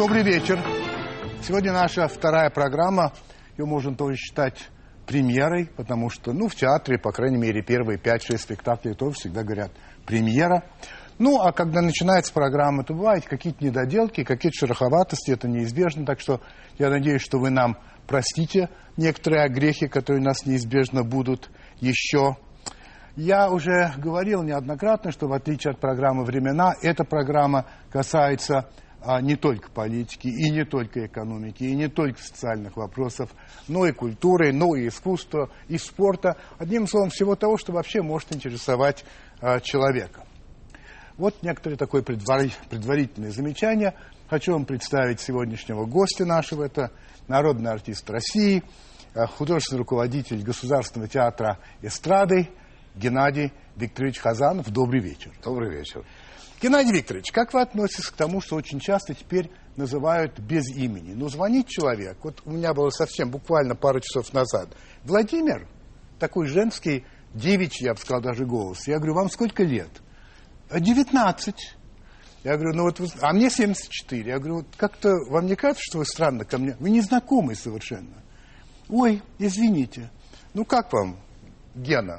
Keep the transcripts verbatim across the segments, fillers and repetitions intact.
Добрый вечер. Сегодня наша вторая программа. Ее можно тоже считать премьерой, потому что, ну, в театре, по крайней мере, первые пять-шесть спектаклей тоже всегда говорят «премьера». Ну, а когда начинается программа, то бывают какие-то недоделки, какие-то шероховатости, это неизбежно. Так что я надеюсь, что вы нам простите некоторые огрехи, которые у нас неизбежно будут еще. Я уже говорил неоднократно, что в отличие от программы «Времена», эта программа касается а, не только политики, и не только экономики, и не только социальных вопросов, но и культуры, но и искусства, и спорта. Одним словом, всего того, что вообще может интересовать а, человека. Вот некоторые такое предвар... предварительные замечания. Хочу вам представить сегодняшнего гостя нашего. Это народный артист России, художественный руководитель Государственного театра эстрады Геннадий Викторович Хазанов. Добрый вечер. Добрый вечер. Геннадий Викторович, как вы относитесь к тому, что очень часто теперь называют без имени? Ну, звонит человек. Вот у меня было совсем буквально пару часов назад. Владимир, такой женский, девичий, я бы сказал, даже голос. Я говорю, вам сколько лет? девятнадцать. Я говорю, ну вот вы... А мне семьдесят четыре. Я говорю, вот как-то вам не кажется, что вы странно ко мне? Вы незнакомый совершенно. Ой, извините. Ну как вам, Гена?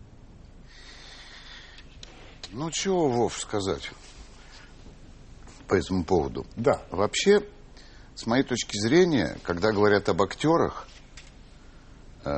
Ну, чего, Вов, сказать по этому поводу? Да. Вообще, с моей точки зрения, когда говорят об актерах, э,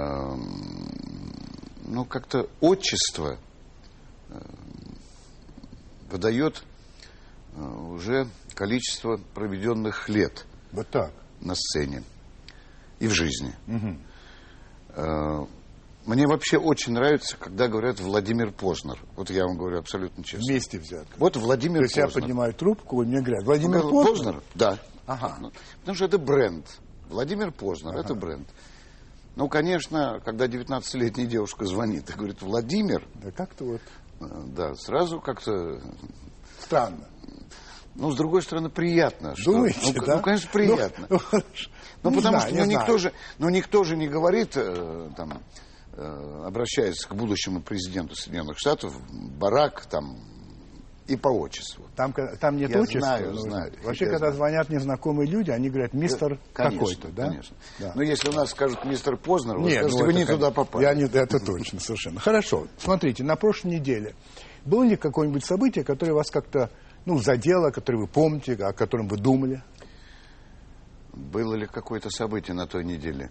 ну, как-то отчество э, выдает э, уже количество проведенных лет вот так. На сцене и в жизни. Угу. Э, Мне вообще очень нравится, когда говорят Владимир Познер. Вот я вам говорю абсолютно честно. Вместе взят. Вот Владимир То есть Познер. я поднимаю трубку, и мне говорят, Владимир Познер? Познер? Да. Ага. Потому что это бренд. Владимир Познер, ага. это бренд. Ну, конечно, когда девятнадцатилетняя девушка звонит и говорит, Владимир... Да как-то вот... Да, сразу как-то... Странно. Ну, с другой стороны, приятно. Что... Думаете, ну, да? ну, конечно, приятно. Ну, ну, ну потому знаю, что ну, никто, же, ну, никто же не говорит, э, там, э, обращаясь к будущему президенту Соединенных Штатов, Барак, там, и по отчеству. Там, там нет Я отчества. знаю, нужно. знаю. Вообще, Я когда знаю. звонят незнакомые люди, они говорят, мистер конечно, какой-то, да? Конечно, да. Но если у нас скажут мистер Познер, вы нет, скажете, ну, вы не это, туда попали. Я не, это точно, совершенно. Хорошо, смотрите, на прошлой неделе было ли какое-нибудь событие, которое вас как-то, ну, задело, которое вы помните, о котором вы думали? Было ли какое-то событие на той неделе?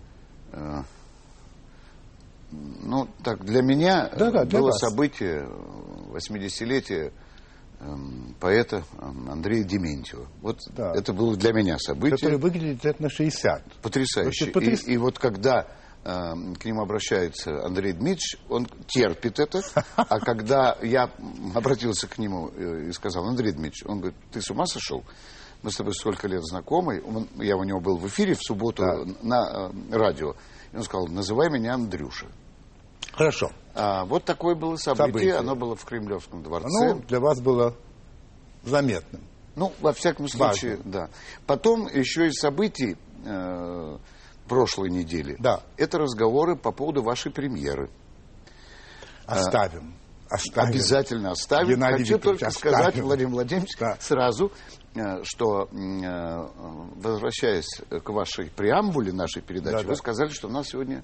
Ну, так, для меня да, да, для было вас. событие восьмидесятилетия поэта Андрея Дементьева. Вот да. Это было для меня событие. Которое выглядит лет на шестьдесят. Потрясающе. Потряс... И, и вот когда э, к нему обращается Андрей Дмитриевич, он терпит это. А когда я обратился к нему и сказал, Андрей Дмитриевич, он говорит, ты с ума сошел? Мы с тобой столько лет знакомы. Он, я у него был в эфире в субботу да. на э, радио. И он сказал, называй меня Андрюша. Хорошо. А, вот такое было событие. событие. Оно было в Кремлевском дворце. Оно для вас было заметным. Ну, во всяком случае, важным. Да. Потом еще из событий э, прошлой недели. Да. Это разговоры по поводу вашей премьеры. Оставим. Оставим. Обязательно оставим. Геннадий Хочу Викторович, только оставим. сказать, Владимир Владимирович, да. сразу, что, возвращаясь к вашей преамбуле нашей передачи, да, вы да. сказали, что у нас сегодня,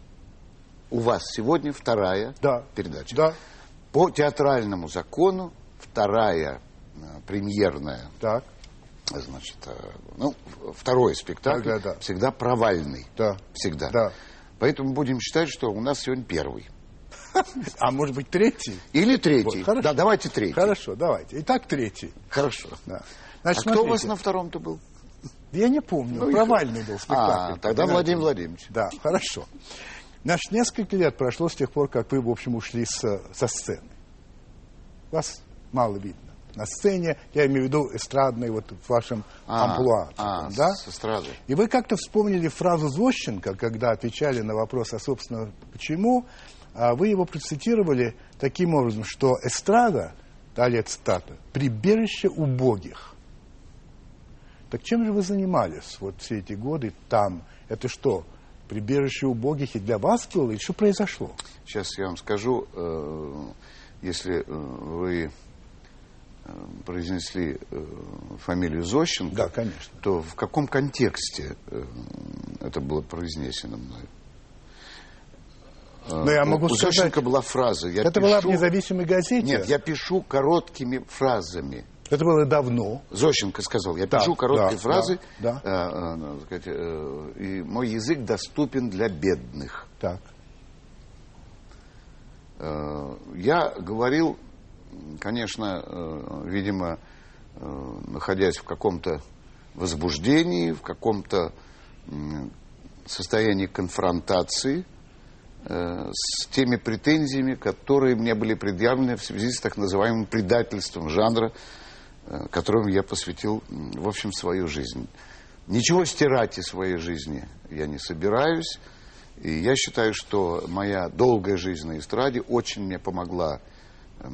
у вас сегодня вторая да. передача. Да. По театральному закону вторая премьерная, так. значит, ну, второй спектакль да, да, да. всегда провальный. Да. Всегда. Да. Поэтому будем считать, что у нас сегодня первый. А может быть третий? Или третий. Вот, да, давайте третий. Хорошо, давайте. Итак, третий. Хорошо. Да. Значит, а смотрите. Кто у вас на втором-то был? Я не помню. Ну, провальный был спектакль. А, тогда Владимир Владимирович. Да, хорошо. Значит, несколько лет прошло с тех пор, как вы, в общем, ушли с, со сцены. Вас мало видно. На сцене, я имею в виду эстрадной, вот в вашем а, амплуа. А, да? с эстрады. И вы как-то вспомнили фразу Зощенко, когда отвечали на вопрос, а, собственно, почему, а вы его процитировали таким образом, что эстрада, далее цитата, прибежище убогих. Так чем же вы занимались вот все эти годы там? Это что, прибежище убогих и для вас было? И что произошло? Сейчас я вам скажу, э, если вы произнесли фамилию Зощенко, да, конечно, то в каком контексте это было произнесено мною? Но я могу у сказать, Зощенко была фраза. Я это пишу... была в «Независимой газете». Нет, я пишу короткими фразами. Это было давно. Зощенко сказал, я да, пишу короткие да, фразы, да, да. Э, э, сказать, э, и мой язык доступен для бедных. Так. Э, я говорил, конечно, э, видимо, э, находясь в каком-то возбуждении, в каком-то э, состоянии конфронтации э, с теми претензиями, которые мне были предъявлены в связи с так называемым предательством жанра, э, которому я посвятил, в общем, свою жизнь. Ничего стирать из своей жизни я не собираюсь. И я считаю, что моя долгая жизнь на эстраде очень мне помогла э,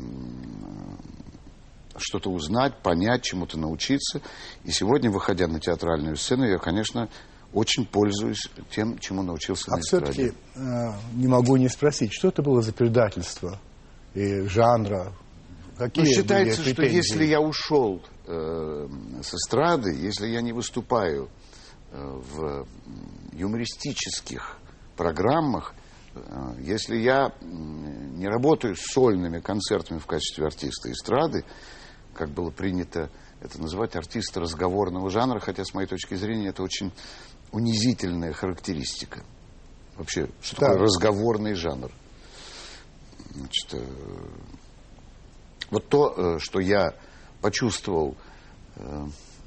что-то узнать, понять, чему-то научиться. И сегодня, выходя на театральную сцену, я, конечно, очень пользуюсь тем, чему научился а на эстраде. А все-таки э, не могу не спросить, что это было за предательство и жанра? Какие ну, считается, были что если я ушел э, с эстрады, если я не выступаю э, в юмористических программах, э, если я не работаю с сольными концертами в качестве артиста эстрады, как было принято это называть, артиста разговорного жанра, хотя, с моей точки зрения, это очень унизительная характеристика. Вообще, что да. такое разговорный жанр? Значит, э, вот то, э, что я почувствовал, э,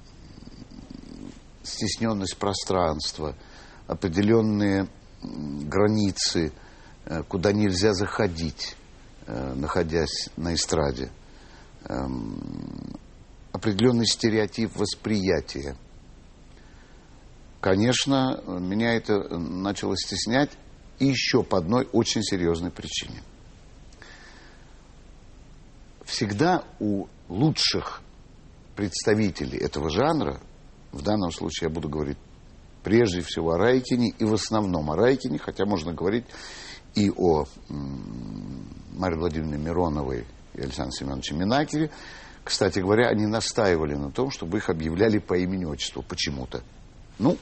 стесненность пространства, определенные границы, э, куда нельзя заходить, э, находясь на эстраде, э, определенный стереотип восприятия. Конечно, меня это начало стеснять и еще по одной очень серьезной причине. Всегда у лучших представителей этого жанра, в данном случае я буду говорить прежде всего о Райкине и в основном о Райкине, хотя можно говорить и о Марии Владимировне Мироновой и Александре Семеновиче Минакиеве. Кстати говоря, они настаивали на том, чтобы их объявляли по имени-отчеству почему-то. Ну,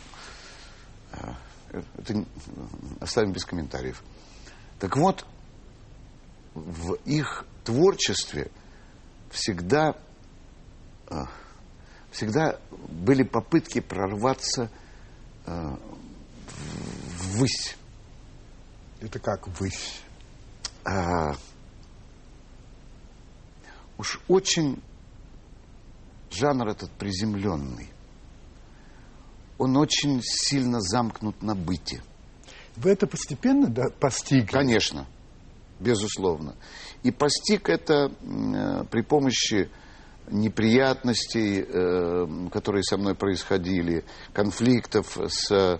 это оставим без комментариев. Так вот, в их творчестве всегда, всегда были попытки прорваться ввысь. Это как ввысь? А, уж очень жанр этот приземленный. Он очень сильно замкнут на быте. Вы это постепенно да, постигли? Конечно, безусловно. И постиг это э, при помощи неприятностей, э, которые со мной происходили, конфликтов с э,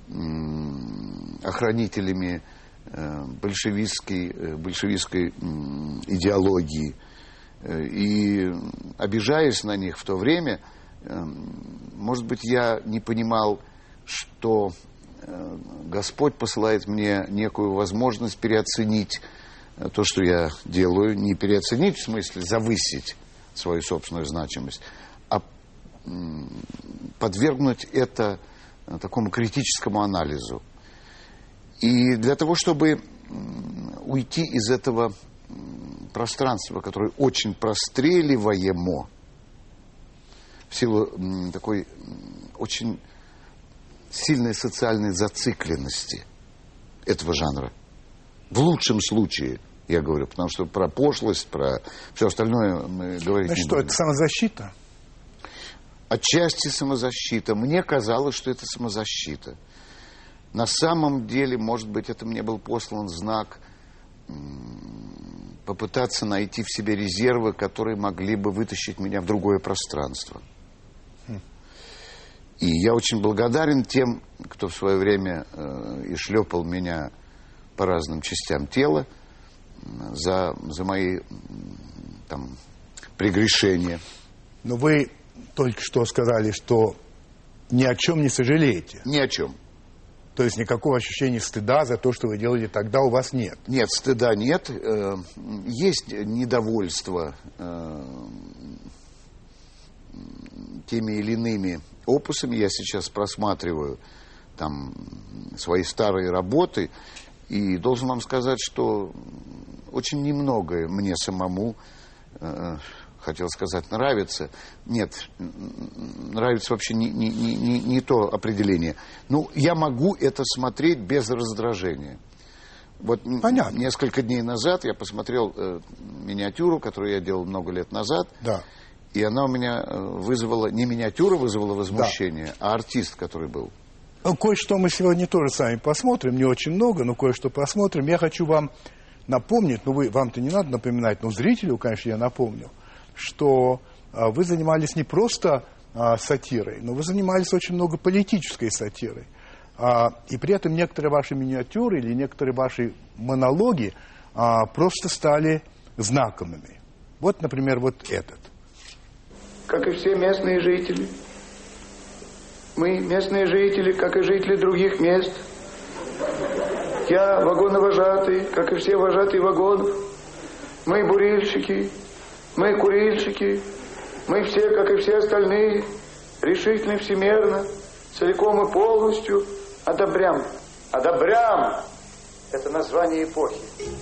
охранителями э, большевистской, э, большевистской э, идеологии. И обижаясь на них в то время, может быть, я не понимал, что Господь посылает мне некую возможность переоценить то, что я делаю. Не переоценить, в смысле завысить свою собственную значимость, а подвергнуть это такому критическому анализу. И для того, чтобы уйти из этого пространства, которое очень простреливаемо, в силу м, такой м, очень сильной социальной зацикленности этого жанра. В лучшем случае, я говорю, потому что про пошлость, про все остальное мы говорить ну, не что, будем. это самозащита? Отчасти самозащита. Мне казалось, что это самозащита. На самом деле, может быть, это мне был послан знак м, попытаться найти в себе резервы, которые могли бы вытащить меня в другое пространство. И я очень благодарен тем, кто в свое время э, и шлепал меня по разным частям тела за, за мои там, прегрешения. Но вы только что сказали, что ни о чем не сожалеете. Ни о чем. То есть никакого ощущения стыда за то, что вы делали тогда, у вас нет? Нет, стыда нет. Есть недовольство теми или иными опусами. Я сейчас просматриваю там свои старые работы, и должен вам сказать, что очень немногое мне самому, э, хотел сказать, нравится. Нет, нравится вообще не, не, не, не то определение. Ну, я могу это смотреть без раздражения. Вот Понятно. Несколько дней назад я посмотрел э, миниатюру, которую я делал много лет назад. Да. И она у меня вызвала, не миниатюра вызвала возмущение, да. а артист, который был. Ну, кое-что мы сегодня тоже с вами посмотрим, не очень много, но кое-что посмотрим. Я хочу вам напомнить, ну вы, вам-то не надо напоминать, но зрителю, конечно, я напомню, что а, вы занимались не просто а, сатирой, но вы занимались очень много политической сатирой. А, и при этом некоторые ваши миниатюры или некоторые ваши монологи а, просто стали знаковыми. Вот, например, вот этот. Как и все местные жители. Мы, местные жители, как и жители других мест. Я вагоновожатый, как и все вожатые вагонов. Мы бурильщики, мы курильщики. Мы все, как и все остальные, решительно, всемерно, целиком и полностью одобрям. Одобрям! Это название эпохи.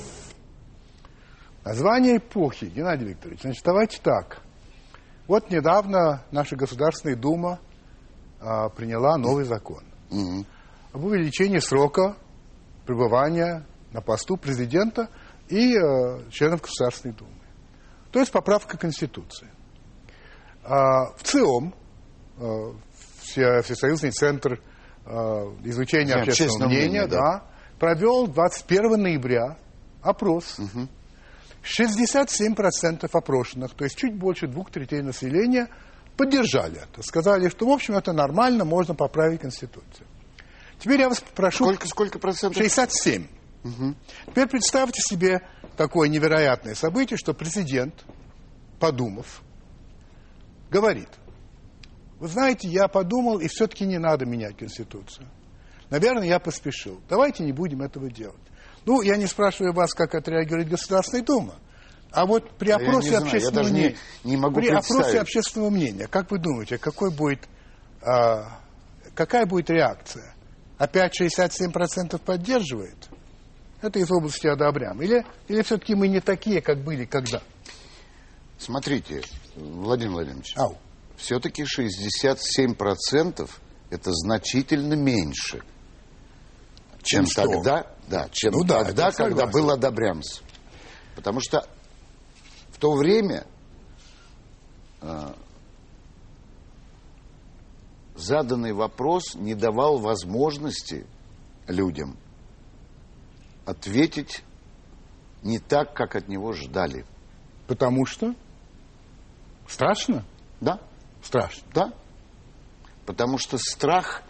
Название эпохи, Геннадий Викторович. Значит, давайте так. Вот недавно наша Государственная Дума а, приняла новый закон mm-hmm. об увеличении срока пребывания на посту президента и а, членов Государственной Думы. То есть поправка Конституции. А, в ЦИОМ, а, все, Всесоюзный центр а, изучения yeah, общественного мнения, мнения да, да, провел двадцать первого ноября опрос. Mm-hmm. шестьдесят семь процентов опрошенных, то есть чуть больше двух третей населения, поддержали это. Сказали, что, в общем, это нормально, можно поправить Конституцию. Теперь я вас попрошу... Сколько, сколько процентов? шестьдесят семь. Угу. Теперь представьте себе такое невероятное событие, что президент, подумав, говорит: вы знаете, я подумал, и все-таки не надо менять Конституцию. Наверное, я поспешил. Давайте не будем этого делать. Ну, я не спрашиваю вас, как отреагирует Государственная Дума, а вот при опросе общественного мнения, не, не могу при представить. опросе общественного мнения, как вы думаете, какой будет, а, какая будет реакция? Опять шестьдесят семь процентов поддерживает? Это из области одобрям. Или, или все-таки мы не такие, как были когда? Смотрите, Владимир Владимирович, Ау. все-таки шестьдесят семь процентов это значительно меньше, чем, чем тогда, да, чем ну, да, тогда, когда был одобрямс. Потому что в то время э, заданный вопрос не давал возможности людям ответить не так, как от него ждали. Потому что? Страшно? Да. Страшно? Да. Потому что страх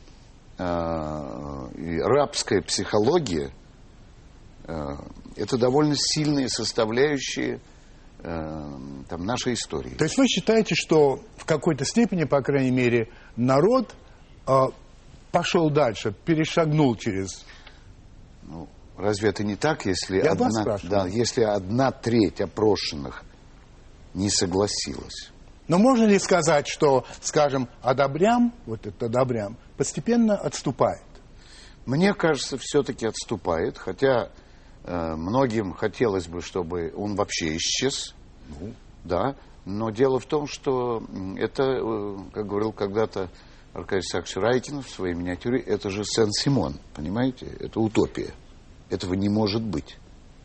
э, и рабская психология э, это довольно сильные составляющие э, там, нашей истории. То есть вы считаете, что в какой-то степени, по крайней мере, народ э, пошел дальше, перешагнул через... Ну, разве это не так, если, Я одна, да, если одна треть опрошенных не согласилась? Но можно ли сказать, что, скажем, одобрям, вот это одобрям, постепенно отступает? Мне кажется, все-таки отступает, хотя э, многим хотелось бы, чтобы он вообще исчез, ну. да, но дело в том, что это, э, как говорил когда-то Аркадий Исаакович Райкин в своей миниатюре, это же Сен-Симон, понимаете, это утопия, этого не может быть.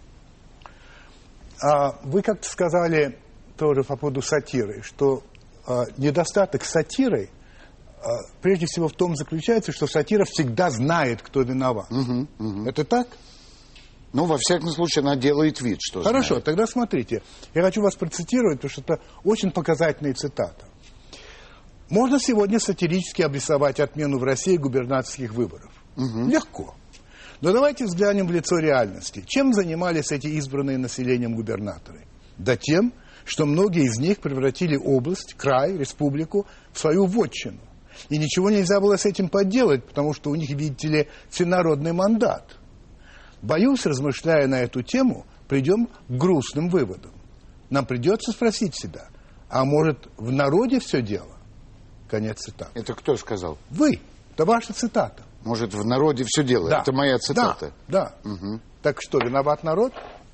А вы как-то сказали... тоже по поводу сатиры, что э, недостаток сатиры э, прежде всего в том заключается, что сатира всегда знает, кто виноват. Угу, угу. Это так? Ну, во всяком случае, она делает вид, что Хорошо, знает. Тогда смотрите. Я хочу вас процитировать, потому что это очень показательная цитата. Можно сегодня сатирически обрисовать отмену в России губернаторских выборов? Угу. Легко. Но давайте взглянем в лицо реальности. Чем занимались эти избранные населением губернаторы? Да тем, что многие из них превратили область, край, республику в свою вотчину. И ничего нельзя было с этим поделать, потому что у них, видите ли, всенародный мандат. Боюсь, размышляя на эту тему, придем к грустным выводам. Нам придется спросить себя, а может, в народе все дело? Конец цитаты. Это кто сказал? Вы. Это ваша цитата. Может, в народе все дело. Да. Это моя цитата. Да, да. Угу. Так что, виноват народ?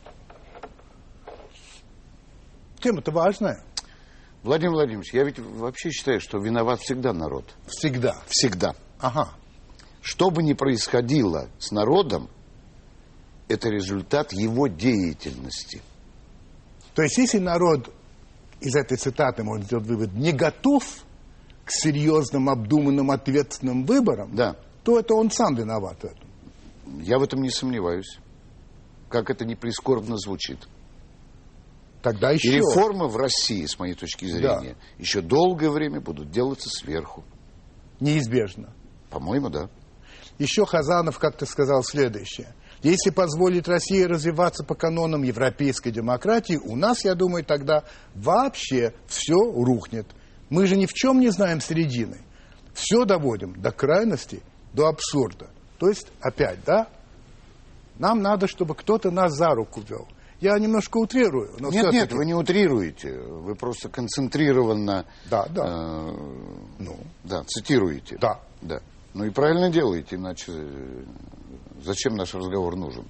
Тема-то важная. Владимир Владимирович, я ведь вообще считаю, что виноват всегда народ. Всегда. Всегда. Ага. Что бы ни происходило с народом, это результат его деятельности. То есть, если народ из этой цитаты можно сделать вывод, не готов к серьезным, обдуманным, ответственным выборам, Да. то это он сам виноват в этом. Я в этом не сомневаюсь. Как это ни прискорбно звучит. Тогда еще... И реформы в России, с моей точки зрения, Да. еще долгое время будут делаться сверху. Неизбежно. По-моему, да. Еще Хазанов как-то сказал следующее. Если позволить России развиваться по канонам европейской демократии, у нас, я думаю, тогда вообще все рухнет. Мы же ни в чем не знаем середины. Все доводим до крайности, до абсурда. То есть, опять, да, нам надо, чтобы кто-то нас за руку вел. Я немножко утрирую. Но нет, нет, вы не утрируете. Вы просто концентрированно Да, да. Э, ну. да, цитируете. Да. Да. Ну и правильно делаете, иначе э, зачем наш разговор нужен?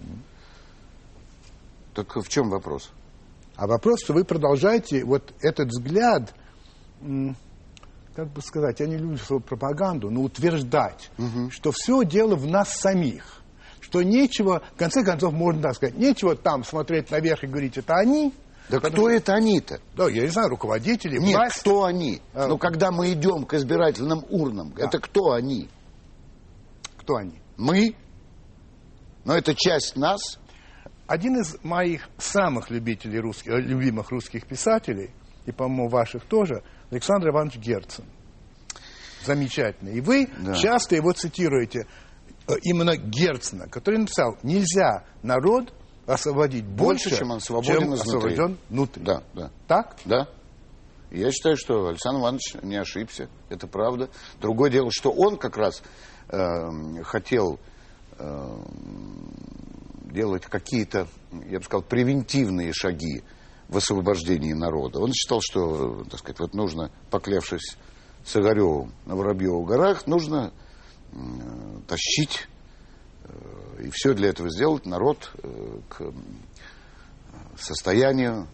Так в чем вопрос? А вопрос, что вы продолжаете вот этот взгляд, как бы сказать, я не люблю слово пропаганду, но утверждать, угу. что все дело в нас самих. Что нечего, в конце концов, можно так сказать, нечего там смотреть наверх и говорить, это они. Да кто что... это они-то? Да, я не знаю, руководители, Нет, власть. кто они? А... Ну, когда мы идем к избирательным урнам, да. это кто они? Кто они? Мы? Но это часть нас. Один из моих самых любителей русских, любимых русских писателей, и, по-моему, ваших тоже, Александр Иванович Герцен. Замечательный. И вы да. часто его цитируете. Именно Герцена, который написал, нельзя народ освободить больше, больше чем он свободен чем освобожден внутри. Да, да. Так? Да. Я считаю, что Александр Иванович не ошибся. Это правда. Другое дело, что он как раз э, хотел э, делать какие-то, я бы сказал, превентивные шаги в освобождении народа. Он считал, что, так сказать, вот нужно, поклявшись с Огаревым на Воробьевых горах, нужно тащить и все для этого сделать народ к состоянию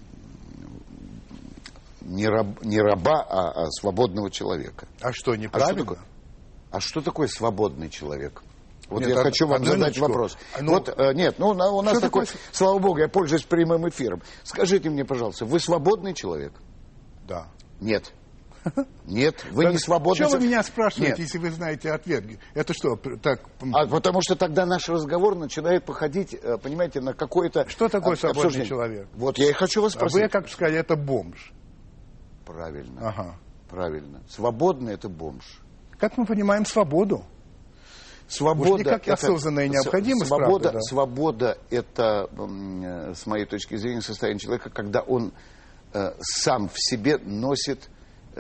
не, раб, не раба, а, а свободного человека. А что, неправильно? А что такое, а что такое свободный человек? Вот нет, я од, хочу вам задать минуточку. вопрос. Ну, вот, э, нет, ну у нас такой, такое? слава богу, я пользуюсь прямым эфиром. Скажите мне, пожалуйста, вы свободный человек? Да. Нет. Нет, вы не свободны. Что вы меня спрашиваете, Нет. если вы знаете ответ? Это что, так... А потому что тогда наш разговор начинает походить, понимаете, на какое-то... Что такое свободный обсуждение. Человек? Вот я и хочу вас спросить. А вы, как сказали, это бомж. Правильно. Ага. Правильно. Свободный — это бомж. Как мы понимаем свободу? Свобода... Уж не как осознанная необходимость, свобода, правда, да? Свобода — это, с моей точки зрения, состояние человека, когда он э, сам в себе носит...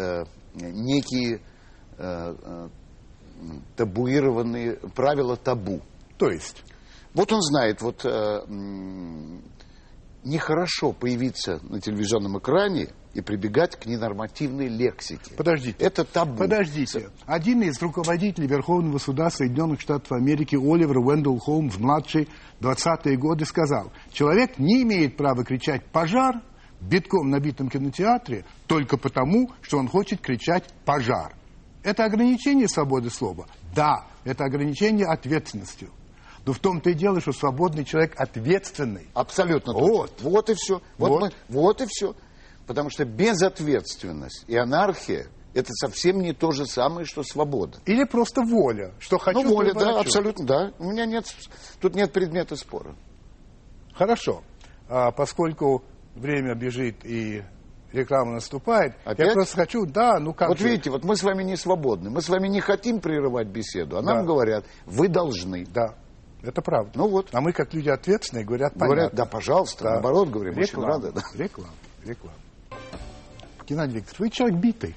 некие э, э, табуированные правила табу. То есть? Вот он знает, вот э, м, нехорошо появиться на телевизионном экране и прибегать к ненормативной лексике. Подождите. Это табу. Подождите. Один из руководителей Верховного суда Соединенных Штатов Америки, Оливер Уэндell Холмс-младший, в двадцатые годы сказал, человек не имеет права кричать «пожар» в битком набитом кинотеатре только потому, что он хочет кричать «пожар». Это ограничение свободы слова? Да, это ограничение ответственностью. Но в том-то и дело, что свободный человек ответственный. Абсолютно вот. точно. Вот и все. Вот, вот. Мы, вот и все. Потому что безответственность и анархия — это совсем не то же самое, что свобода. Или просто воля. Что хочу, ну, воля, да, хочу. абсолютно, да. У меня нет, тут нет предмета спора. Хорошо. А, поскольку время бежит и реклама наступает, опять? Я просто хочу, да, ну как Вот же. видите, вот мы с вами не свободны. Мы с вами не хотим прерывать беседу, а да. нам говорят, вы должны. Да, это правда. Ну вот. А мы, как люди ответственные, говорят, говорят, понятно. да, пожалуйста, да. наоборот, говорим, реклама, очень рады. Да. Реклама, реклама. Геннадий Викторович, вы человек битый.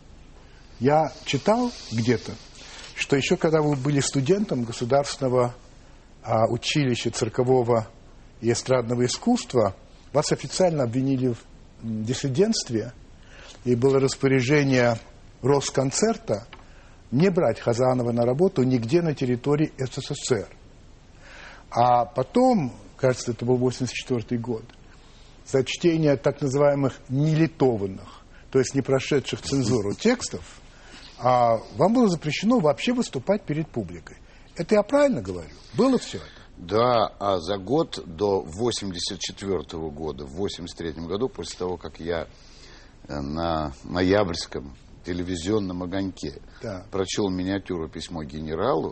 Я читал где-то, что еще когда вы были студентом Государственного а, училища циркового и эстрадного искусства, вас официально обвинили в диссидентстве, и было распоряжение Росконцерта не брать Хазанова на работу нигде на территории СССР. А потом, кажется, это был восемьдесят четвёртый год, за чтение так называемых нелитованных, то есть не прошедших цензуру текстов, а вам было запрещено вообще выступать перед публикой. Это я правильно говорю? Было все это? Да, а за год до восемьдесят четвёртого года, в восемьдесят третьем году, после того, как я на ноябрьском телевизионном огоньке да. прочел миниатюру «Письмо генералу»,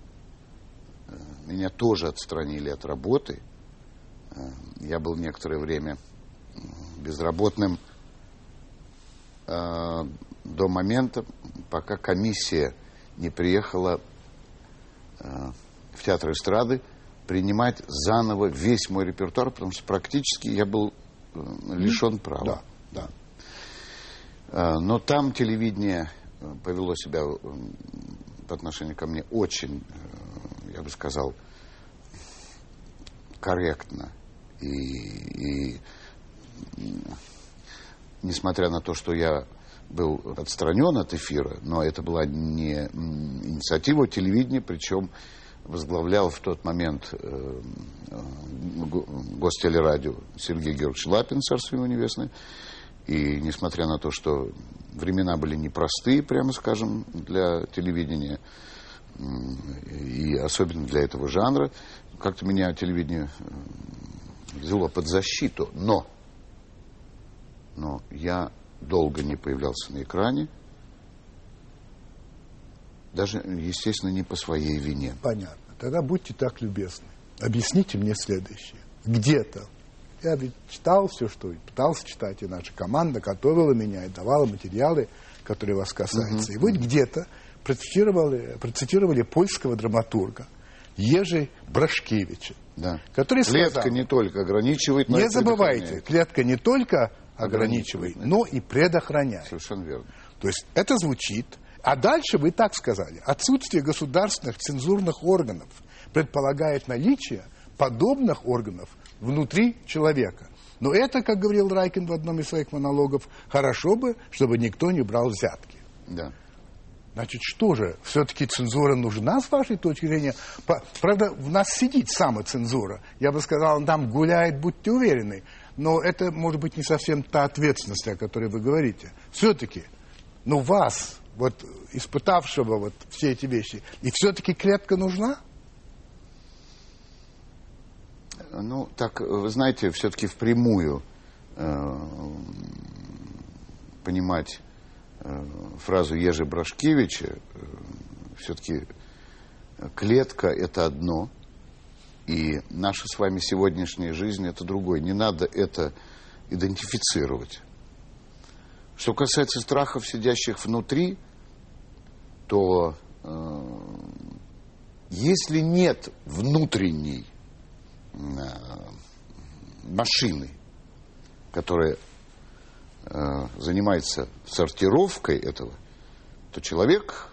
меня тоже отстранили от работы. Я был некоторое время безработным до момента, пока комиссия не приехала в театр эстрады принимать заново весь мой репертуар, потому что практически я был лишен права. Да, да. Но там телевидение повело себя по отношению ко мне очень, я бы сказал, корректно. И, и несмотря на то, что я был отстранен от эфира, но это была не инициатива телевидения, причем возглавлял в тот момент э, Гостелерадио Сергей Георгиевич Лапин, царство ему небесное. И несмотря на то, что времена были непростые, прямо скажем, для телевидения, и особенно для этого жанра, как-то меня телевидение взяло под защиту. Но, но я долго не появлялся на экране, даже, естественно, не по своей вине. Понятно. Тогда будьте так любезны. Объясните мне следующее. Где-то, я ведь читал все, что пытался читать, и наша команда готовила меня и давала материалы, которые вас касаются. Uh-huh. И вы где-то процитировали, процитировали польского драматурга Ежи Брашкевича, да. который клетка сказал... не только ограничивает, но не забывайте, клетка не только ограничивает, но и предохраняет. Совершенно верно. То есть это звучит... А дальше вы так сказали. Отсутствие государственных цензурных органов предполагает наличие подобных органов внутри человека. Но это, как говорил Райкин в одном из своих монологов, хорошо бы, чтобы никто не брал взятки. Да. Значит, что же, все-таки цензура нужна с вашей точки зрения? Правда, в нас сидит самоцензура. Я бы сказал, там гуляет, будьте уверены. Но это, может быть, не совсем та ответственность, о которой вы говорите. Все-таки, ну, вас... вот испытавшего вот все эти вещи, и все-таки клетка нужна? Ну, так, вы знаете, все-таки впрямую э, понимать э, фразу Ежи Брашкевича, э, все-таки клетка — это одно, и наша с вами сегодняшняя жизнь — это другое. Не надо это идентифицировать. Что касается страхов, сидящих внутри, то э, если нет внутренней э, машины, которая э, занимается сортировкой этого, то человек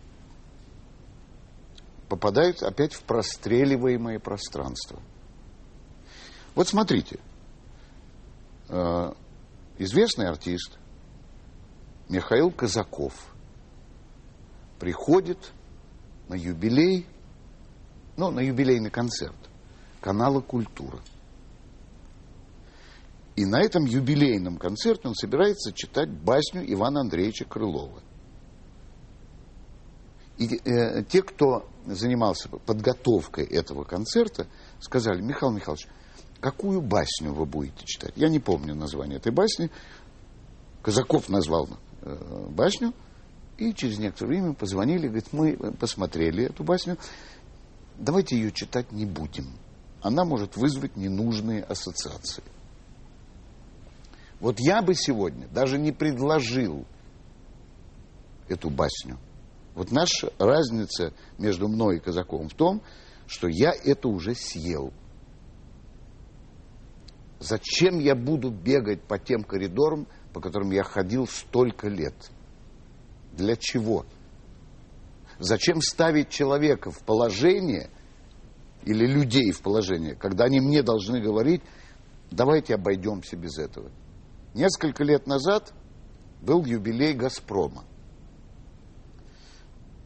попадает опять в простреливаемое пространство. Вот смотрите, э, известный артист Михаил Казаков приходит на юбилей, ну, на юбилейный концерт канала «Культура». И на этом юбилейном концерте он собирается читать басню Ивана Андреевича Крылова. И э, те, кто занимался подготовкой этого концерта, сказали: Михаил Михайлович, какую басню вы будете читать? Я не помню название этой басни. Казаков назвал э, басню. И через некоторое время позвонили, говорит: мы посмотрели эту басню, давайте ее читать не будем. Она может вызвать ненужные ассоциации. Вот я бы сегодня даже не предложил эту басню. Вот наша разница между мной и Казаковым в том, что я это уже съел. Зачем я буду бегать по тем коридорам, по которым я ходил столько лет? Для чего? Зачем ставить человека в положение, или людей в положение, когда они мне должны говорить: давайте обойдемся без этого? Несколько лет назад был юбилей «Газпрома».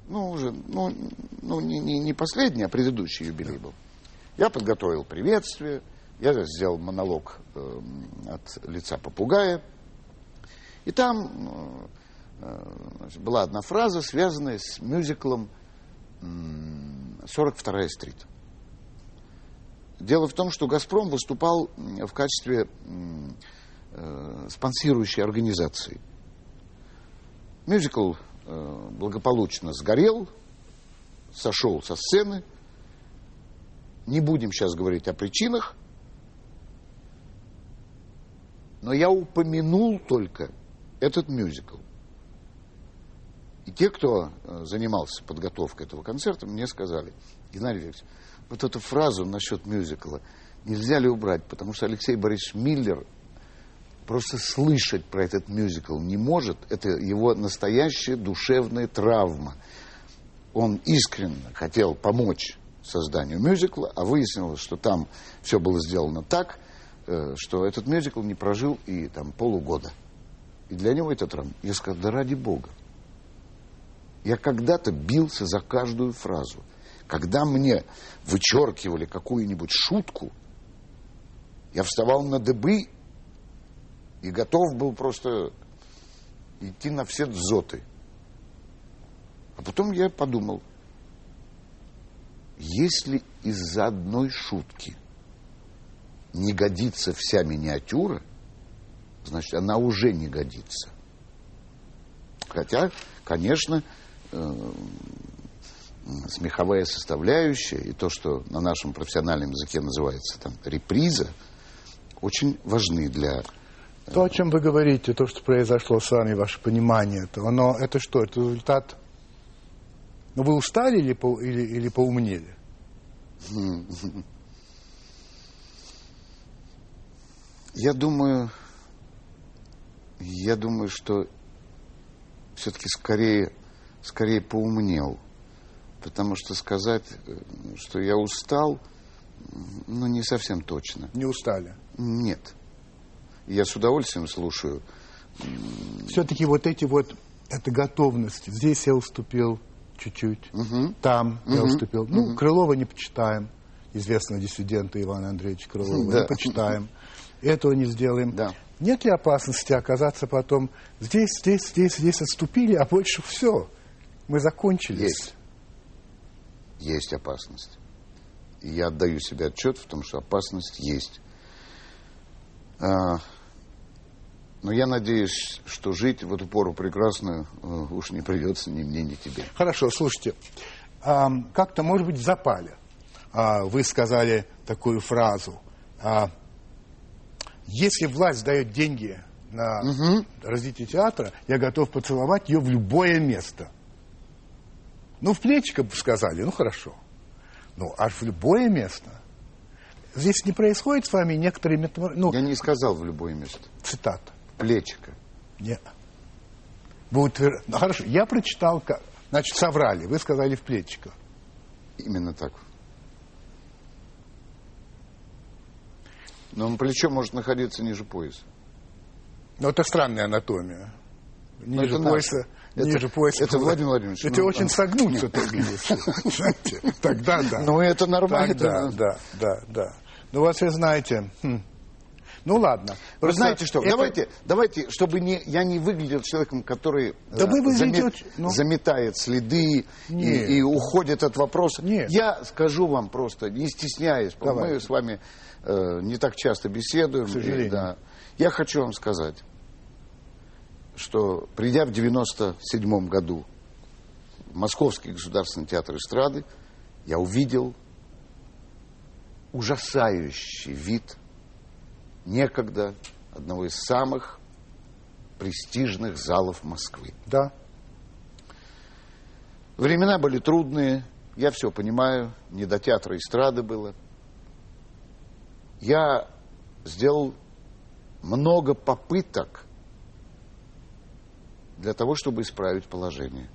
ну, уже, ну, ну не, не, не последний, а предыдущий юбилей был. Я подготовил приветствие, я сделал монолог э, от лица попугая. И там э, значит, была одна фраза, связанная с мюзиклом э, сорок вторая стрит. Дело в том, что «Газпром» выступал в качестве э, спонсирующей организации. Мюзикл э, благополучно сгорел, сошел со сцены. Не будем сейчас говорить о причинах, но я упомянул только этот мюзикл. И те, кто э, занимался подготовкой этого концерта, мне сказали: Геннадий Викторович, вот эту фразу насчет мюзикла нельзя ли убрать, потому что Алексей Борисович Миллер просто слышать про этот мюзикл не может. Это его настоящая душевная травма. Он искренне хотел помочь созданию мюзикла, а выяснилось, что там все было сделано так, что этот мюзикл не прожил и там полугода. И для него это травма. Я сказал: да ради Бога. Я когда-то бился за каждую фразу. Когда мне вычеркивали какую-нибудь шутку, я вставал на дыбы и готов был просто идти на все дзоты. А потом я подумал, если из-за одной шутки не годится вся миниатюра, значит, она уже не годится. Хотя, конечно, э, смеховая составляющая и то, что на нашем профессиональном языке называется там реприза, очень важны для... То, о чем вы говорите, то, что произошло с вами, ваше понимание, это, оно, это что, это результат... Ну, вы устали или, по, или, или поумнели? Я думаю, я думаю, что все-таки скорее, скорее поумнел. Потому что сказать, что я устал, ну, не совсем точно. Не устали? Нет. Я с удовольствием слушаю. Все-таки вот эти вот, это готовность. Здесь я уступил чуть-чуть, угу. там угу. я уступил. Ну, угу. Крылова не почитаем, известного диссидента Ивана Андреевича Крылова, да. не почитаем. Этого не сделаем. Да. Нет ли опасности оказаться потом здесь, здесь, здесь, здесь отступили, а больше все, мы закончились? Есть. Есть опасность. И я отдаю себе отчет в том, что опасность есть. А, но я надеюсь, что жить в эту пору прекрасную уж не придется ни мне, ни тебе. Хорошо, слушайте. А, как-то, может быть, в запале а, вы сказали такую фразу. А, если власть дает деньги на угу. развитие театра, я готов поцеловать ее в любое место. Ну, в плечико бы сказали, ну, хорошо. Ну, аж в любое место. Здесь не происходит с вами некоторые... Метамор... Ну, я не сказал в любое место. Цитата. Плечико. Нет. Вы утвер... ну, хорошо, я прочитал, как... Значит, соврали. Вы сказали в плечико. Именно так. Но плечо может находиться ниже пояса. Ну, это странная анатомия. Ниже это пояса... Это, ниже пояса. Это, Владимир Владимирович. Это ну, очень ну, согнуться знаете. Тогда да. Ну, это нормально. Да, да, да, да. Ну, вот вы знаете... Хм. Ну, ладно. Вы знаете что, это... давайте, давайте, чтобы не, я не выглядел человеком, который да вы замет, очень... ну... заметает следы и, и уходит от вопроса. Нет. Я скажу вам просто, не стесняясь, мы с вами э, не так часто беседуем. К сожалению. И, да, я хочу вам сказать, что, придя в девяносто седьмом году в Московский государственный театр эстрады, я увидел ужасающий вид некогда одного из самых престижных залов Москвы. Да. Времена были трудные, я все понимаю, не до театра эстрады было. Я сделал много попыток для того, чтобы исправить положение.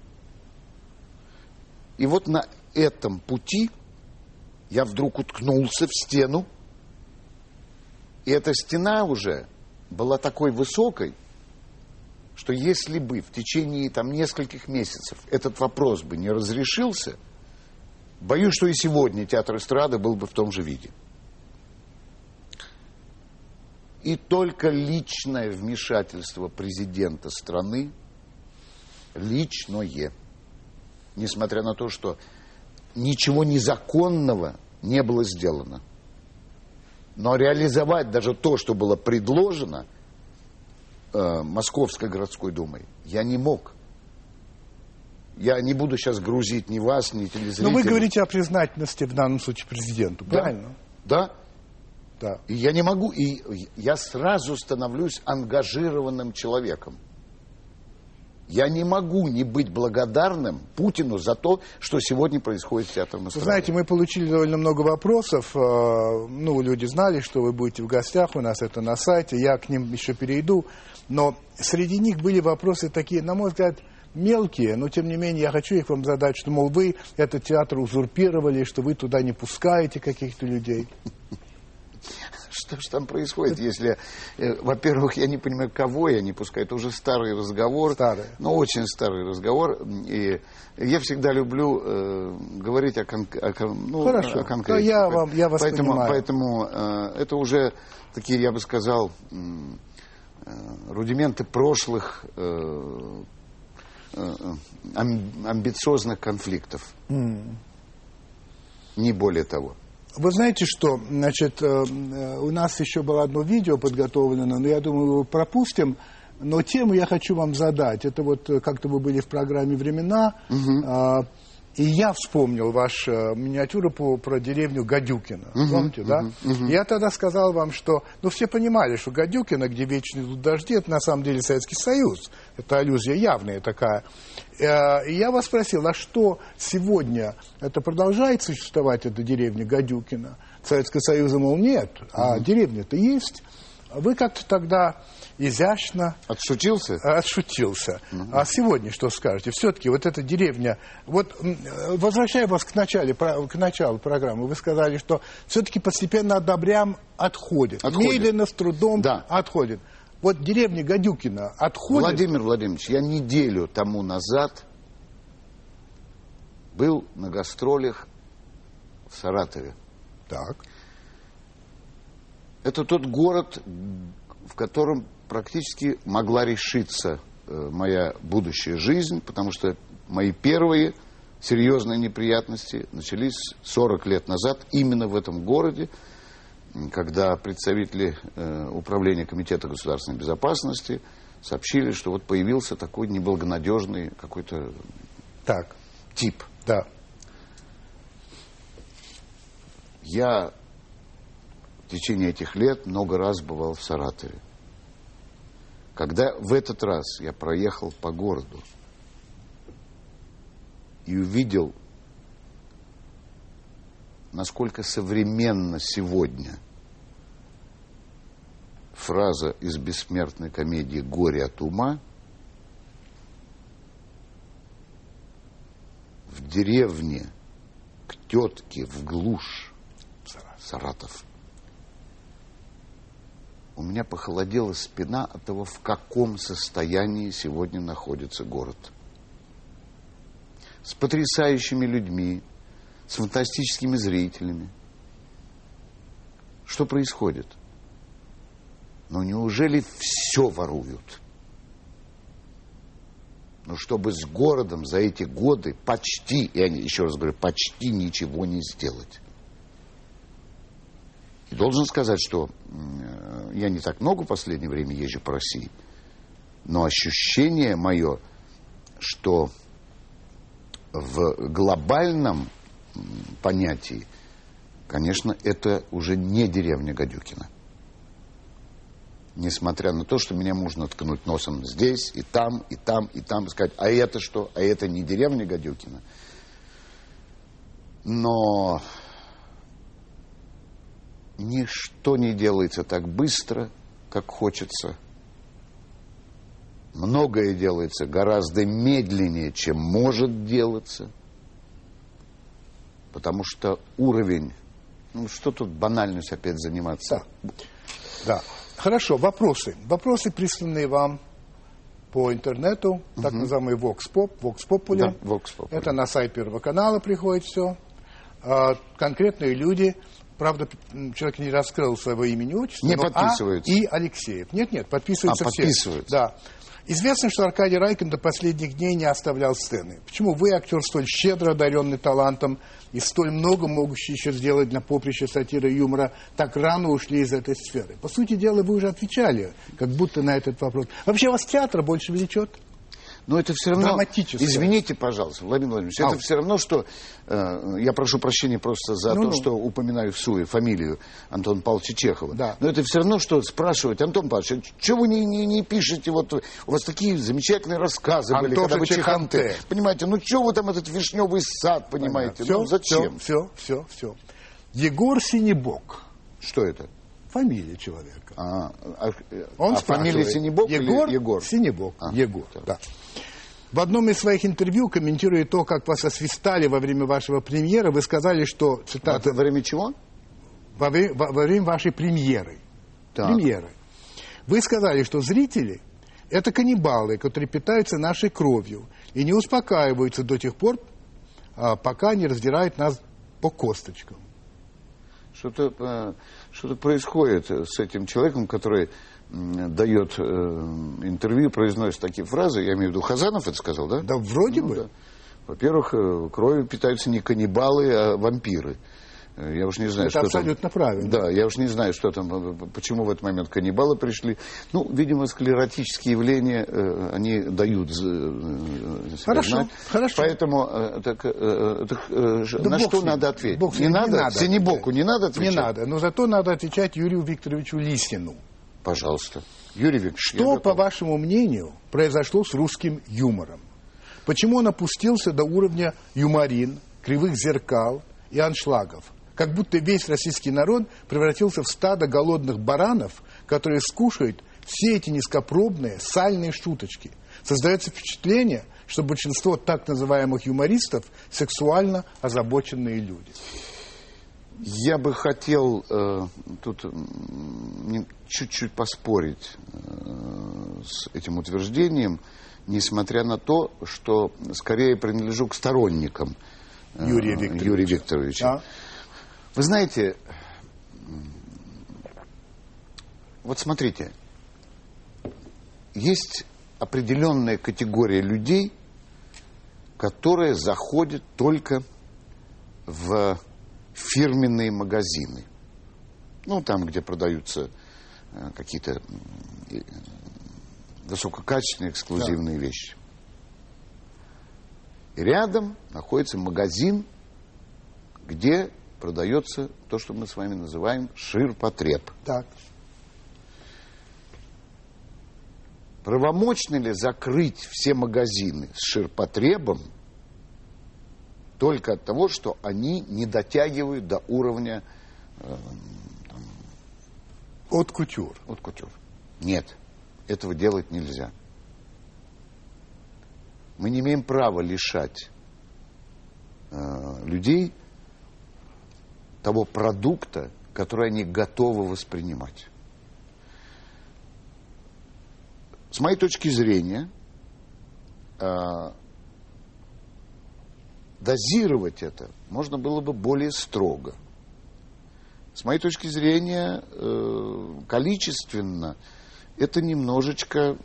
И вот на этом пути я вдруг уткнулся в стену, и эта стена уже была такой высокой, что если бы в течение там нескольких месяцев этот вопрос бы не разрешился, боюсь, что и сегодня театр эстрады был бы в том же виде. И только личное вмешательство президента страны, личное, несмотря на то, что ничего незаконного не было сделано. Но реализовать даже то, что было предложено э, Московской городской думой, я не мог. Я не буду сейчас грузить ни вас, ни телезрителей. Но вы говорите о признательности в данном случае президенту, да, правильно? Да. Да. И я не могу, и я сразу становлюсь ангажированным человеком. Я не могу не быть благодарным Путину за то, что сегодня происходит в Театре эстрады. Вы знаете, мы получили довольно много вопросов. Ну, люди знали, что вы будете в гостях, у нас это на сайте, я к ним еще перейду. Но среди них были вопросы такие, на мой взгляд, мелкие, но тем не менее я хочу их вам задать, что, мол, вы этот театр узурпировали, что вы туда не пускаете каких-то людей. Что же там происходит, если, э, во-первых, я не понимаю, кого я не пускаю. Это уже старый разговор. Старый. Ну, очень старый разговор. И я всегда люблю э, говорить о, кон- о, кон- ну, Хорошо. о конкретике. Я, вам, я вас поэтому, понимаю. Поэтому э, это уже такие, я бы сказал, э, рудименты прошлых э, э, ам- амбициозных конфликтов. Mm. Не более того. Вы знаете что, значит, у нас еще было одно видео подготовлено, но я думаю, его пропустим, но тему я хочу вам задать. Это вот как-то вы были в программе «Времена», угу. И я вспомнил вашу миниатюру по, про деревню Гадюкино. Uh-huh, помните, uh-huh, да? Uh-huh. Я тогда сказал вам, что... Ну, все понимали, что Гадюкино, где вечно идут дожди, это на самом деле Советский Союз. Это аллюзия явная такая. И я вас спросил, а что сегодня? Это продолжает существовать, эта деревня Гадюкино? Советского Союза, мол, нет, а uh-huh. деревня-то есть. Вы как-то тогда... изящно... Отшутился? Отшутился. Uh-huh. А сегодня что скажете? Все-таки вот эта деревня... Вот, возвращая вас к, начале, к началу программы, вы сказали, что все-таки постепенно от добрям отходит. отходит. Медленно, с трудом да. отходит. Вот деревня Гадюкино отходит... Владимир Владимирович, я неделю тому назад был на гастролях в Саратове. Так. Это тот город, в котором практически могла решиться э, моя будущая жизнь, потому что мои первые серьезные неприятности начались сорок лет назад именно в этом городе, когда представители э, управления Комитета государственной безопасности сообщили, что вот появился такой неблагонадежный какой-то так. тип. Да. Я в течение этих лет много раз бывал в Саратове. Когда в этот раз я проехал по городу и увидел, насколько современна сегодня фраза из бессмертной комедии «Горе от ума», в деревне к тетке в глушь, Саратов, у меня похолодела спина от того, в каком состоянии сегодня находится город. С потрясающими людьми, с фантастическими зрителями. Что происходит? Но неужели все воруют? Но чтобы с городом за эти годы почти, я еще раз говорю, почти ничего не сделать. И должен сказать, что э, я не так много в последнее время езжу по России, но ощущение мое, что в глобальном понятии, конечно, это уже не деревня Гадюкино. Несмотря на то, что меня можно ткнуть носом здесь, и там, и там, и там, и сказать, а это что? А это не деревня Гадюкино. Но ничто не делается так быстро, как хочется. Многое делается гораздо медленнее, чем может делаться. Потому что уровень... Ну, что тут банальность опять заниматься? Да. Да. Хорошо, вопросы. Вопросы, присланные вам по интернету, так угу. называемый Vox Pop, Vox Populi. Да, Vox Populi. Это на сайт Первого канала приходит все. А, конкретные люди, правда, человек не раскрыл своего имени, отчества. Не подписываются. А и Алексеев. Нет-нет, подписываются а, все. подписываются. Да. Известно, что Аркадий Райкин до последних дней не оставлял сцены. Почему вы, актер, столь щедро одаренный талантом и столь много могущий еще сделать на поприще сатиры и юмора, так рано ушли из этой сферы? По сути дела, вы уже отвечали, как будто на этот вопрос. Вообще вас театр больше влечет? Но это все равно, извините, пожалуйста, Владимир Владимирович, а. это все равно, что, э, я прошу прощения просто за ну, то, ну. что упоминаю в суе фамилию Антона Павловича Чехова, да. но это все равно, что спрашивать: Антон Павлович, что вы не, не, не пишете, вот у вас такие замечательные рассказы были, Антоша когда вы Чеханте. Чеханте, понимаете, ну что вы там этот вишневый сад, понимаете, все, ну зачем? Все, все, все. Егор Синебок. Что это? Фамилия человека. А, а, Он а фамилия Синебок Егор или Егор? Синебок. А, Егор, так. да. В одном из своих интервью, комментируя то, как вас освистали во время вашего премьеры, вы сказали, что... Цитата, во время чего? Во, во, во время вашей премьеры. Так. Премьеры. Вы сказали, что зрители – это каннибалы, которые питаются нашей кровью и не успокаиваются до тех пор, пока не раздирают нас по косточкам. Что-то, что-то происходит с этим человеком, который дает э, интервью, произносит такие фразы. Я имею в виду, Хазанов это сказал, да? Да, вроде ну, бы. Да. Во-первых, э, кровью питаются не каннибалы, а вампиры. Я уж не знаю, это что абсолютно там... правильно. Да, я уж не знаю, что там, почему в этот момент каннибалы пришли. Ну, видимо, склеротические явления, э, они дают э, хорошо, знать. Хорошо. Поэтому э, так, э, так, э, да на что надо ответить? Бог не, не надо? надо. Синебоку не надо отвечать? Не надо, но зато надо отвечать Юрию Викторовичу Лисину. Пожалуйста. Юрий Викторович. Что, по вашему мнению, произошло с русским юмором? Почему он опустился до уровня юморин, кривых зеркал и аншлагов? Как будто весь российский народ превратился в стадо голодных баранов, которые скушают все эти низкопробные, сальные шуточки. Создается впечатление, что большинство так называемых юмористов – сексуально озабоченные люди. Я бы хотел э, тут чуть-чуть поспорить э, с этим утверждением, несмотря на то, что скорее принадлежу к сторонникам э, Юрия Викторовича. Юрия Викторовича. А? Вы знаете, вот смотрите, есть определенная категория людей, которые заходят только в фирменные магазины. Ну, там, где продаются э, какие-то э, высококачественные, эксклюзивные да. вещи. И рядом находится магазин, где продается то, что мы с вами называем ширпотреб. Так. Правомочно ли закрыть все магазины с ширпотребом только от того, что они не дотягивают до уровня э, там, от кутюр. От кутюр. Нет, этого делать нельзя. Мы не имеем права лишать э, людей того продукта, который они готовы воспринимать. С моей точки зрения, э, дозировать это можно было бы более строго. С моей точки зрения, э, количественно это немножечко...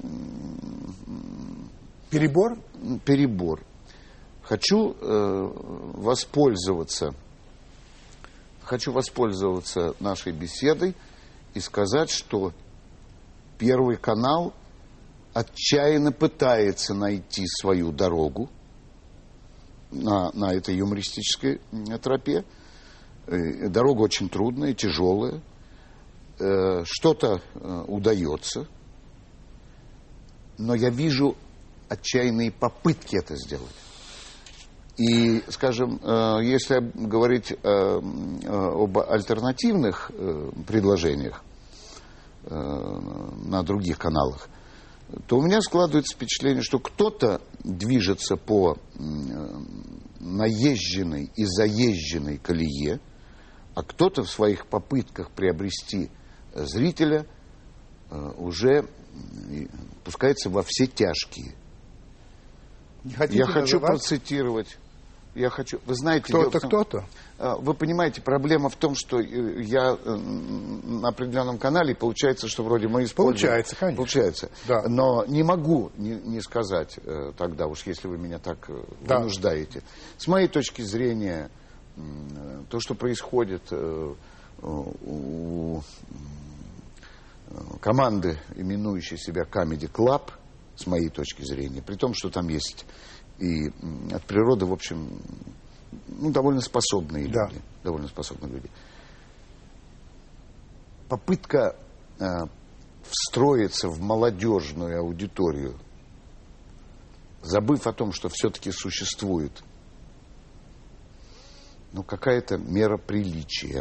Перебор? Перебор. Хочу э, воспользоваться, хочу воспользоваться нашей беседой и сказать, что Первый канал отчаянно пытается найти свою дорогу на, на этой юмористической тропе. Дорога очень трудная, тяжелая. Что-то удается. Но я вижу отчаянные попытки это сделать. И, скажем, если говорить об альтернативных предложениях на других каналах, то у меня складывается впечатление, что кто-то движется по наезженной и заезженной колее, а кто-то в своих попытках приобрести зрителя уже пускается во все тяжкие. Я хочу процитировать. Я хочу... Вы знаете... Кто-то, кто-то? Вы понимаете, проблема в том, что я на определенном канале, получается, что вроде мы используем... Получается, конечно. Получается. Да. Но не могу не, не сказать тогда, уж если вы меня так да. вынуждаете. С моей точки зрения, то, что происходит у команды, именующей себя Comedy Club, с моей точки зрения, при том, что там есть и от природы, в общем, ну, довольно способные да. люди. Довольно способные люди. Попытка э, встроиться в молодежную аудиторию, забыв о том, что все-таки существует, ну, какая-то мера приличия,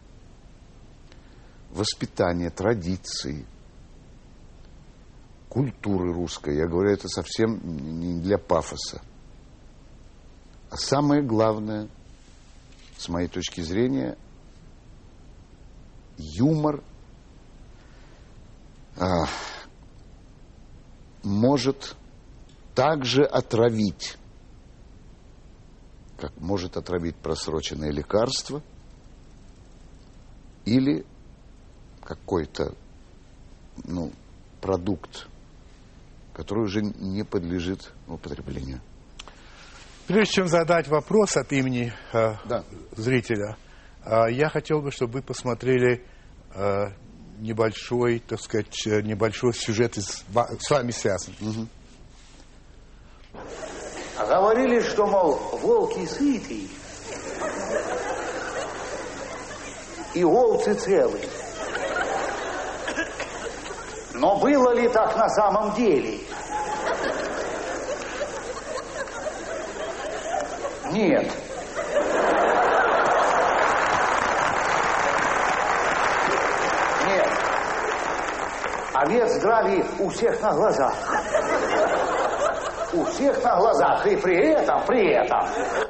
воспитания, традиций, культуры русской. Я говорю это совсем не для пафоса. А самое главное, с моей точки зрения, юмор а, может также отравить, как может отравить просроченное лекарство или какой-то, ну, продукт, который уже не подлежит употреблению. Прежде чем задать вопрос от имени э, да. зрителя, э, я хотел бы, чтобы вы посмотрели э, небольшой, так сказать, небольшой сюжет из, с вами связан. Угу. Говорили, что, мол, волки сытые и овцы целые. Но было ли так на самом деле? Нет. Нет. Овец драли у всех на глазах. У всех на глазах. И при этом, при этом.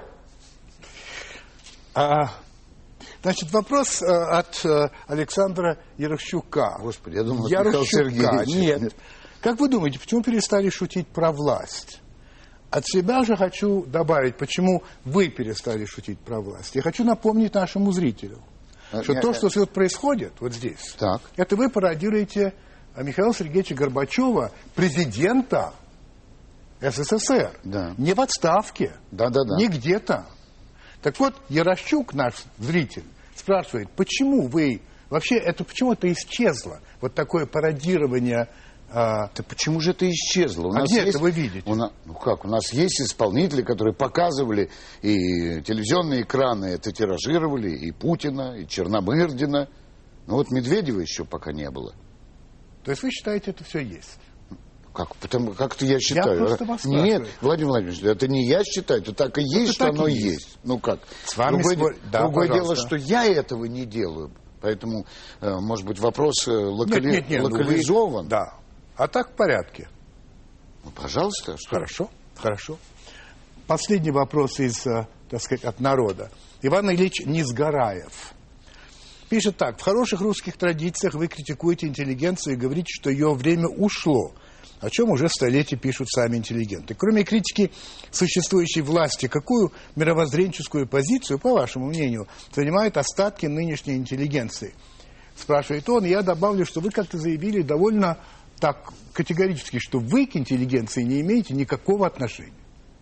А, значит, вопрос а, от а, Александра Ярощука. Господи, я думал, Ярощука. Сергеевич. Нет. Нет. Как вы думаете, почему перестали шутить про власть? От себя же хочу добавить, почему вы перестали шутить про власть. Я хочу напомнить нашему зрителю, а, что нет, то, что нет. происходит вот здесь, так. это вы пародируете Михаила Сергеевича Горбачева, президента СССР. Да. Не в отставке, да, да, да. не где-то. Так вот, Ярощук, наш зритель, спрашивает, почему вы... Вообще, это почему это исчезло? Вот такое пародирование... А... Да почему же это исчезло? У а нас где есть... это вы видите? У нас... Ну как, у нас есть исполнители, которые показывали, и телевизионные экраны это тиражировали, и Путина, и Черномырдина. Но вот Медведева еще пока не было. То есть вы считаете, это все есть? Как? Потому как-то я считаю. Я просто вас Нет, Владимир Владимирович, это не я считаю, это так и есть, это что оно есть. есть. Ну как? С вами другое спор... да, другое пожалуйста. дело, что я этого не делаю. Поэтому, может быть, вопрос локали... нет, нет, нет, локализован. Вы... Да. А так в порядке. Ну, пожалуйста. Что? Хорошо, хорошо. Последний вопрос из, так сказать, от народа. Иван Ильич Несгораев пишет так. В хороших русских традициях вы критикуете интеллигенцию и говорите, что ее время ушло, о чем уже столетия пишут сами интеллигенты. Кроме критики существующей власти, какую мировоззренческую позицию, по вашему мнению, занимают остатки нынешней интеллигенции? Спрашивает он. Я добавлю, что вы как-то заявили довольно так категорически, что вы к интеллигенции не имеете никакого отношения.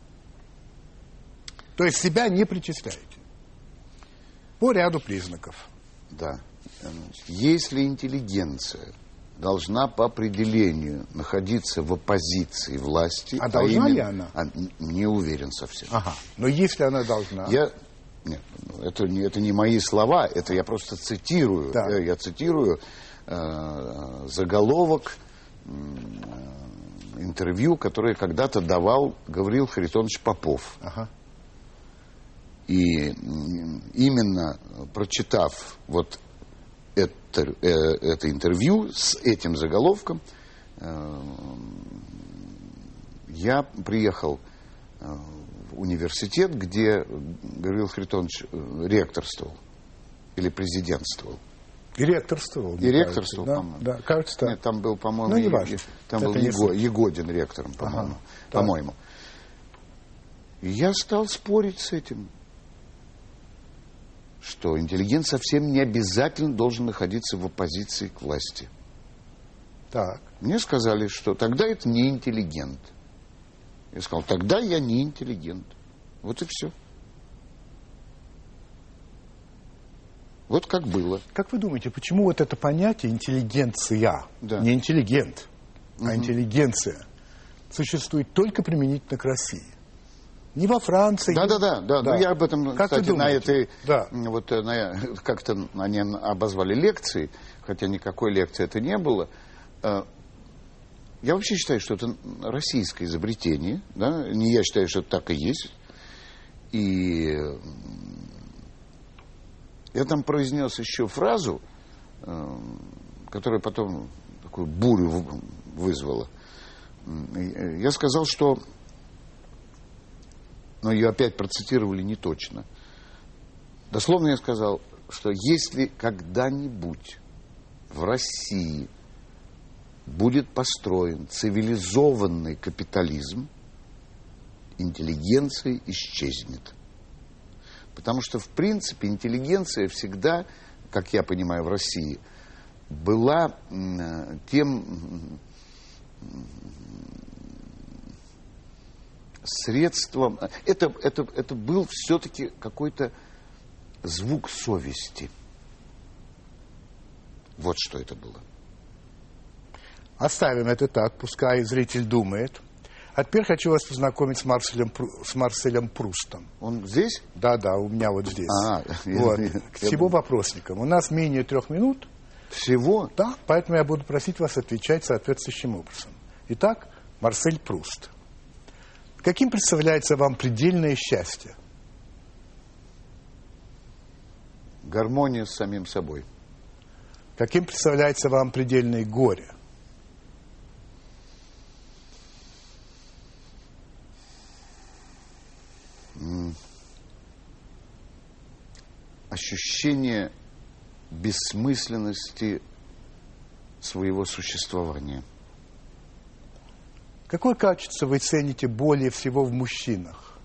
То есть себя не причисляете. По ряду признаков. Да. Если интеллигенция должна по определению находиться в оппозиции власти... А должна а именно, ли она? А, не уверен совсем. Ага. Но если она должна... Я... Нет, это не, это не мои слова, это я просто цитирую. Да. Я, я цитирую э, заголовок э, интервью, которое когда-то давал Гавриил Харитонович Попов. Ага. И именно прочитав вот это, э, это интервью с этим заголовком, э, я приехал в университет, где Гавриил Харитонович ректорствовал или президентствовал. И ректорствовал. И ректорствовал, да, по-моему. Да, кажется, Нет, там был, по-моему, ну, не Е- важно. там Это был не Его- суть. Егодин ректором, по-моему. Ага, по-моему. И я стал спорить с этим, что интеллигент совсем не обязательно должен находиться в оппозиции к власти. так. Мне сказали, что тогда это не интеллигент. Я сказал, тогда я не интеллигент. Вот и все. Вот как было. Как вы думаете, почему вот это понятие интеллигенция, Да. не интеллигент, а интеллигенция, существует только применительно к России? Не во Франции. Да, не- да, да, да. Ну, я об этом, Как вы кстати, на думаете? этой, Да. вот э, на, как-то они обозвали лекции, хотя никакой лекции это не было. Э, Я вообще считаю, что это российское изобретение, да? Не я считаю, что это так и есть. И э, я там произнес еще фразу, э, которая потом такую бурю в- вызвала. Э, Я сказал, что, но ее опять процитировали не точно. Дословно я сказал, что если когда-нибудь в России будет построен цивилизованный капитализм, интеллигенция исчезнет. Потому что, в принципе, интеллигенция всегда, как я понимаю, в России, была м, тем м, средством... Это, это, это был все-таки какой-то звук совести. Вот что это было. Оставим это так, пускай зритель думает. А теперь хочу вас познакомить с Марселем, Пру- с Марселем Прустом. Он здесь? Да, да, у меня вот здесь. А, я- вот. я- К я всему думал. вопросникам. У нас менее трех минут. Всего? Да, поэтому я буду просить вас отвечать соответствующим образом. Итак, Марсель Пруст. Каким представляется вам предельное счастье? Гармония с самим собой. Каким представляется вам предельное горе? Ощущение бессмысленности своего существования. Какое качество вы цените более всего в мужчинах?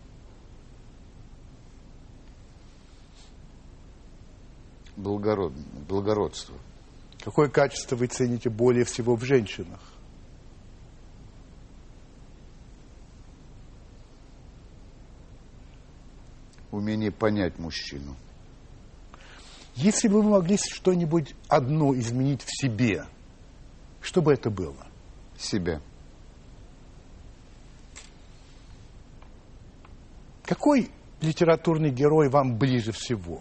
Благород... Благородство. Какое качество вы цените более всего в женщинах? Умение понять мужчину. Если бы вы могли что-нибудь одно изменить в себе, что бы это было? Себя. Какой литературный герой вам ближе всего?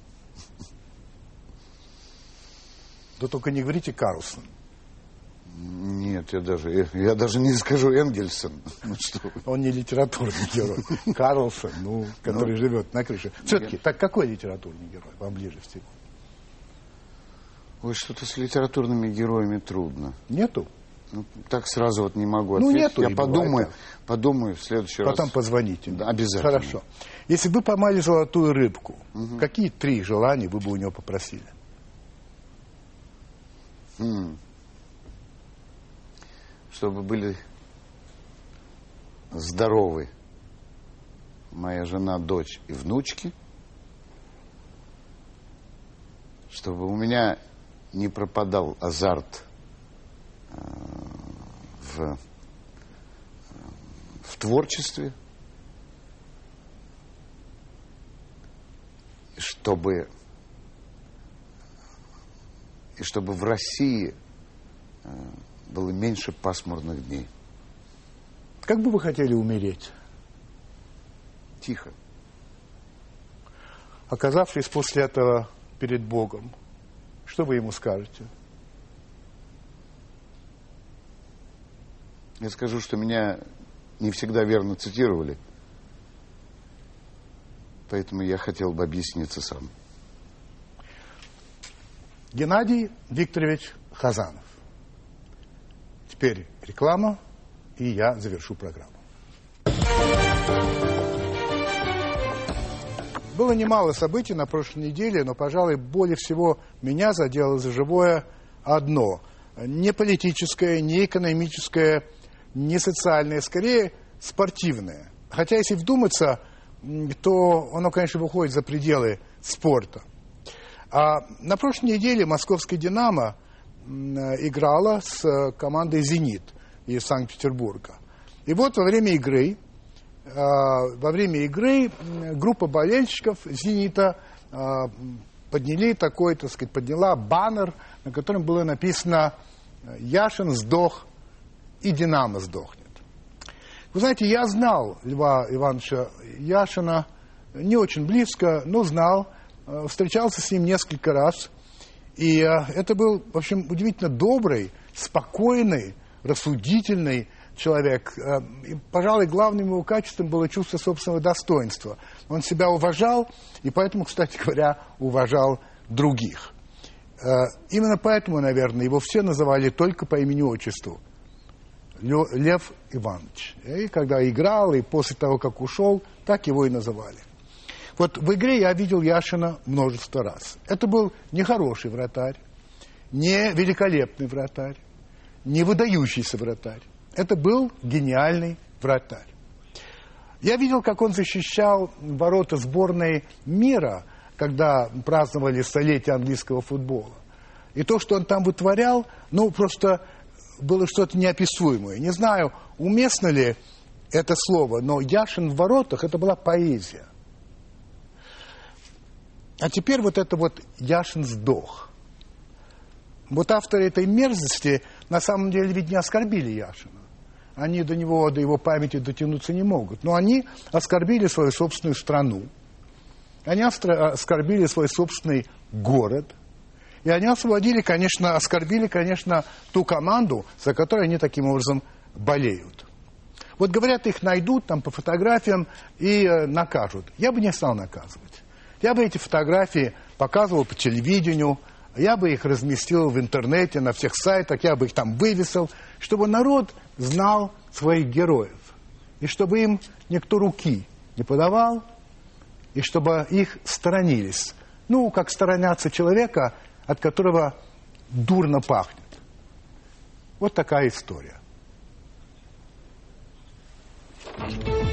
Да только не говорите Карлсон. Нет, я даже, я, я даже не скажу Энгельсон. Ну, что вы. Он не литературный герой. Карлсон, ну, который Ну, живет на крыше. Все-таки, так какой литературный герой вам ближе всего? Ой, что-то с литературными героями трудно. Нету? Ну, так сразу вот не могу Ну, ответить. нету, Я и подумаю, бывает подумаю в следующий Потом раз. позвоните. Да, обязательно. Хорошо. Если бы вы поймали золотую рыбку, какие три желания вы бы у него попросили? М. Чтобы были здоровы моя жена, дочь и внучки. Чтобы у меня не пропадал азарт э, в, в творчестве. И чтобы, и чтобы в России э, было меньше пасмурных дней. Как бы вы хотели умереть? Тихо. Оказавшись после этого перед Богом, что вы ему скажете? Я скажу, что меня не всегда верно цитировали, поэтому я хотел бы объясниться сам. Геннадий Викторович Хазанов. Теперь реклама, и я завершу программу. Было немало событий на прошлой неделе, но, пожалуй, более всего меня задело за живое одно. Не политическое, не экономическое, не социальное, скорее спортивное. Хотя, если вдуматься, то оно, конечно, выходит за пределы спорта. А на прошлой неделе московская «Динамо» играла с командой «Зенит» из Санкт-Петербурга. И вот во время игры, во время игры группа болельщиков «Зенита» подняли такой, так сказать, подняла баннер, на котором было написано «Яшин сдох, и «Динамо» сдохнет». Вы знаете, я знал Льва Ивановича Яшина не очень близко, но знал, встречался с ним несколько раз. И это был, в общем, удивительно добрый, спокойный, рассудительный человек. И, пожалуй, главным его качеством было чувство собственного достоинства. Он себя уважал, и поэтому, кстати говоря, уважал других. Именно поэтому, наверное, его все называли только по имени-отчеству. Лев Иванович. И когда играл, и после того, как ушел, так его и называли. Вот в игре я видел Яшина множество раз. Это был не хороший вратарь, не великолепный вратарь, не выдающийся вратарь. Это был гениальный вратарь. Я видел, как он защищал ворота сборной мира, когда праздновали столетие английского футбола. И то, что он там вытворял, ну, просто было что-то неописуемое. Не знаю, уместно ли это слово, но Яшин в воротах – это была поэзия. А теперь вот это вот Яшин сдох. Вот авторы этой мерзости на самом деле ведь не оскорбили Яшина. Они до него, до его памяти дотянуться не могут. Но они оскорбили свою собственную страну. Они оскорбили свой собственный город. И они освободили, конечно, оскорбили, конечно, ту команду, за которой они таким образом болеют. Вот говорят, их найдут там по фотографиям и э, накажут. Я бы не стал наказывать. Я бы эти фотографии показывал по телевидению, я бы их разместил в интернете, на всех сайтах, я бы их там вывесил, чтобы народ знал своих героев. И чтобы им никто руки не подавал, и чтобы их сторонились. Ну, как сторонятся человека, от которого дурно пахнет. Вот такая история.